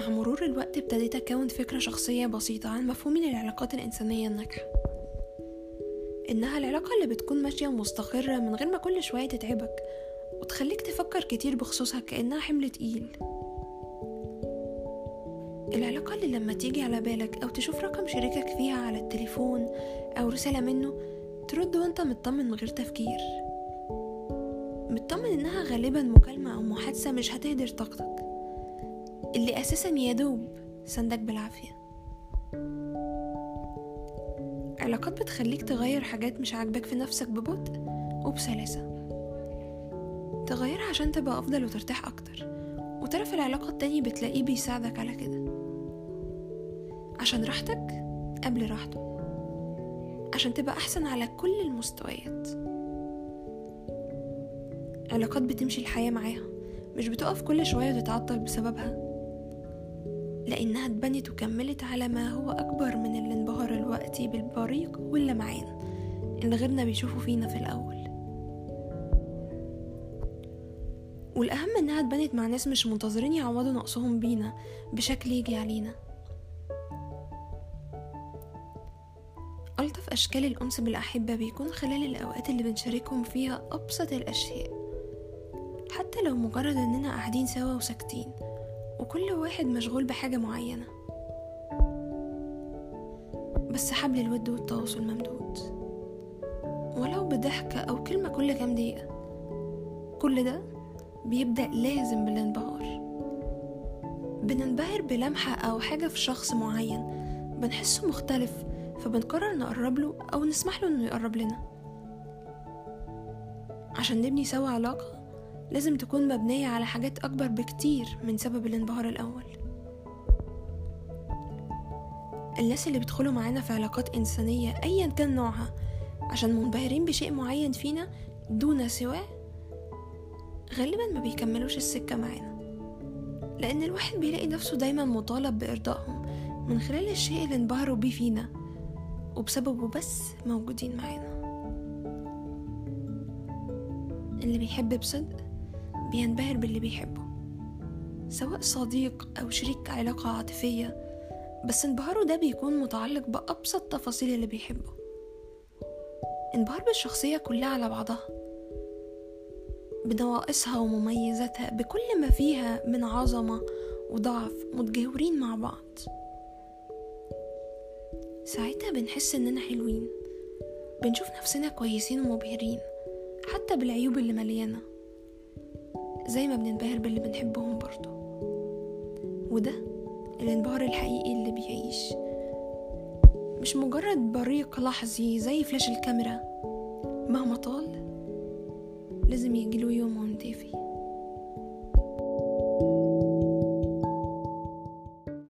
مع مرور الوقت ابتديت أكون فكرة شخصية بسيطة عن مفهومي للعلاقات الإنسانية الناجحة، إنها العلاقة اللي بتكون ماشية ومستقرة من غير ما كل شوية تتعبك وتخليك تفكر كتير بخصوصها كأنها حمل تقيل. العلاقة اللي لما تيجي على بالك أو تشوف رقم شريكك فيها على التليفون أو رسالة منه ترد وانت مطمن من غير تفكير، مطمن إنها غالبا مكالمة أو محادثة مش هتهدر طاقتك، اللي أساسا يدوب سندك بالعافية. علاقات بتخليك تغير حاجات مش عاجبك في نفسك ببطء وبسلاسة، تغيرها عشان تبقى أفضل وترتاح أكتر، وطرف العلاقة التاني بتلاقيه بيساعدك على كده عشان راحتك قبل راحته، عشان تبقى أحسن على كل المستويات. علاقات بتمشي الحياة معاها، مش بتقف كل شوية وتتعطل بسببها، لأنها اتبنت وكملت على ما هو أكبر من الانبهار الوقتي بالبريق واللمعان اللي غيرنا بيشوفوا فينا في الأول. والأهم إنها اتبنت مع ناس مش منتظرين يعوضوا نقصهم بينا بشكل يجي علينا. ألطف أشكال الأنس بالأحبة بيكون خلال الأوقات اللي بنشاركهم فيها أبسط الأشياء، حتى لو مجرد إننا قاعدين سوا وساكتين وكل واحد مشغول بحاجة معينة، بس حبل الود والتواصل ممدود، ولو بضحكة أو كلمة كل كام دقيقة. كل ده بيبدأ لازم بالانبهار، بننبهر بلمحة أو حاجة في شخص معين بنحسه مختلف، فبنقرر نقرب له أو نسمح له إنه يقرب لنا. عشان نبني سوا علاقة لازم تكون مبنية على حاجات أكبر بكتير من سبب الانبهار الأول. الناس اللي بيدخلوا معانا في علاقات إنسانية أيا كان نوعها عشان منبهرين بشيء معين فينا دون سواه، غالبا ما بيكملوش السكة معانا، لأن الواحد بيلاقي نفسه دايما مطالب بإرضائهم من خلال الشيء اللي انبهروا بيه فينا وبسببه بس موجودين معانا. اللي بيحب بصدق بينبهر باللي بيحبه، سواء صديق أو شريك علاقة عاطفية، بس انبهاره ده بيكون متعلق بأبسط تفاصيل اللي بيحبه. انبهار بالشخصية كلها على بعضها، بنواقصها ومميزاتها، بكل ما فيها من عظمة وضعف متجاورين مع بعض. ساعتها بنحس إننا حلوين، بنشوف نفسنا كويسين ومبهرين حتى بالعيوب اللي مليانة، زي ما بننبهر باللي بنحبهم برضو. وده الانبهار الحقيقي اللي بيعيش، مش مجرد بريق لحظي زي فلاش الكاميرا، مهما طال لازم يجيله يوم وينطفي.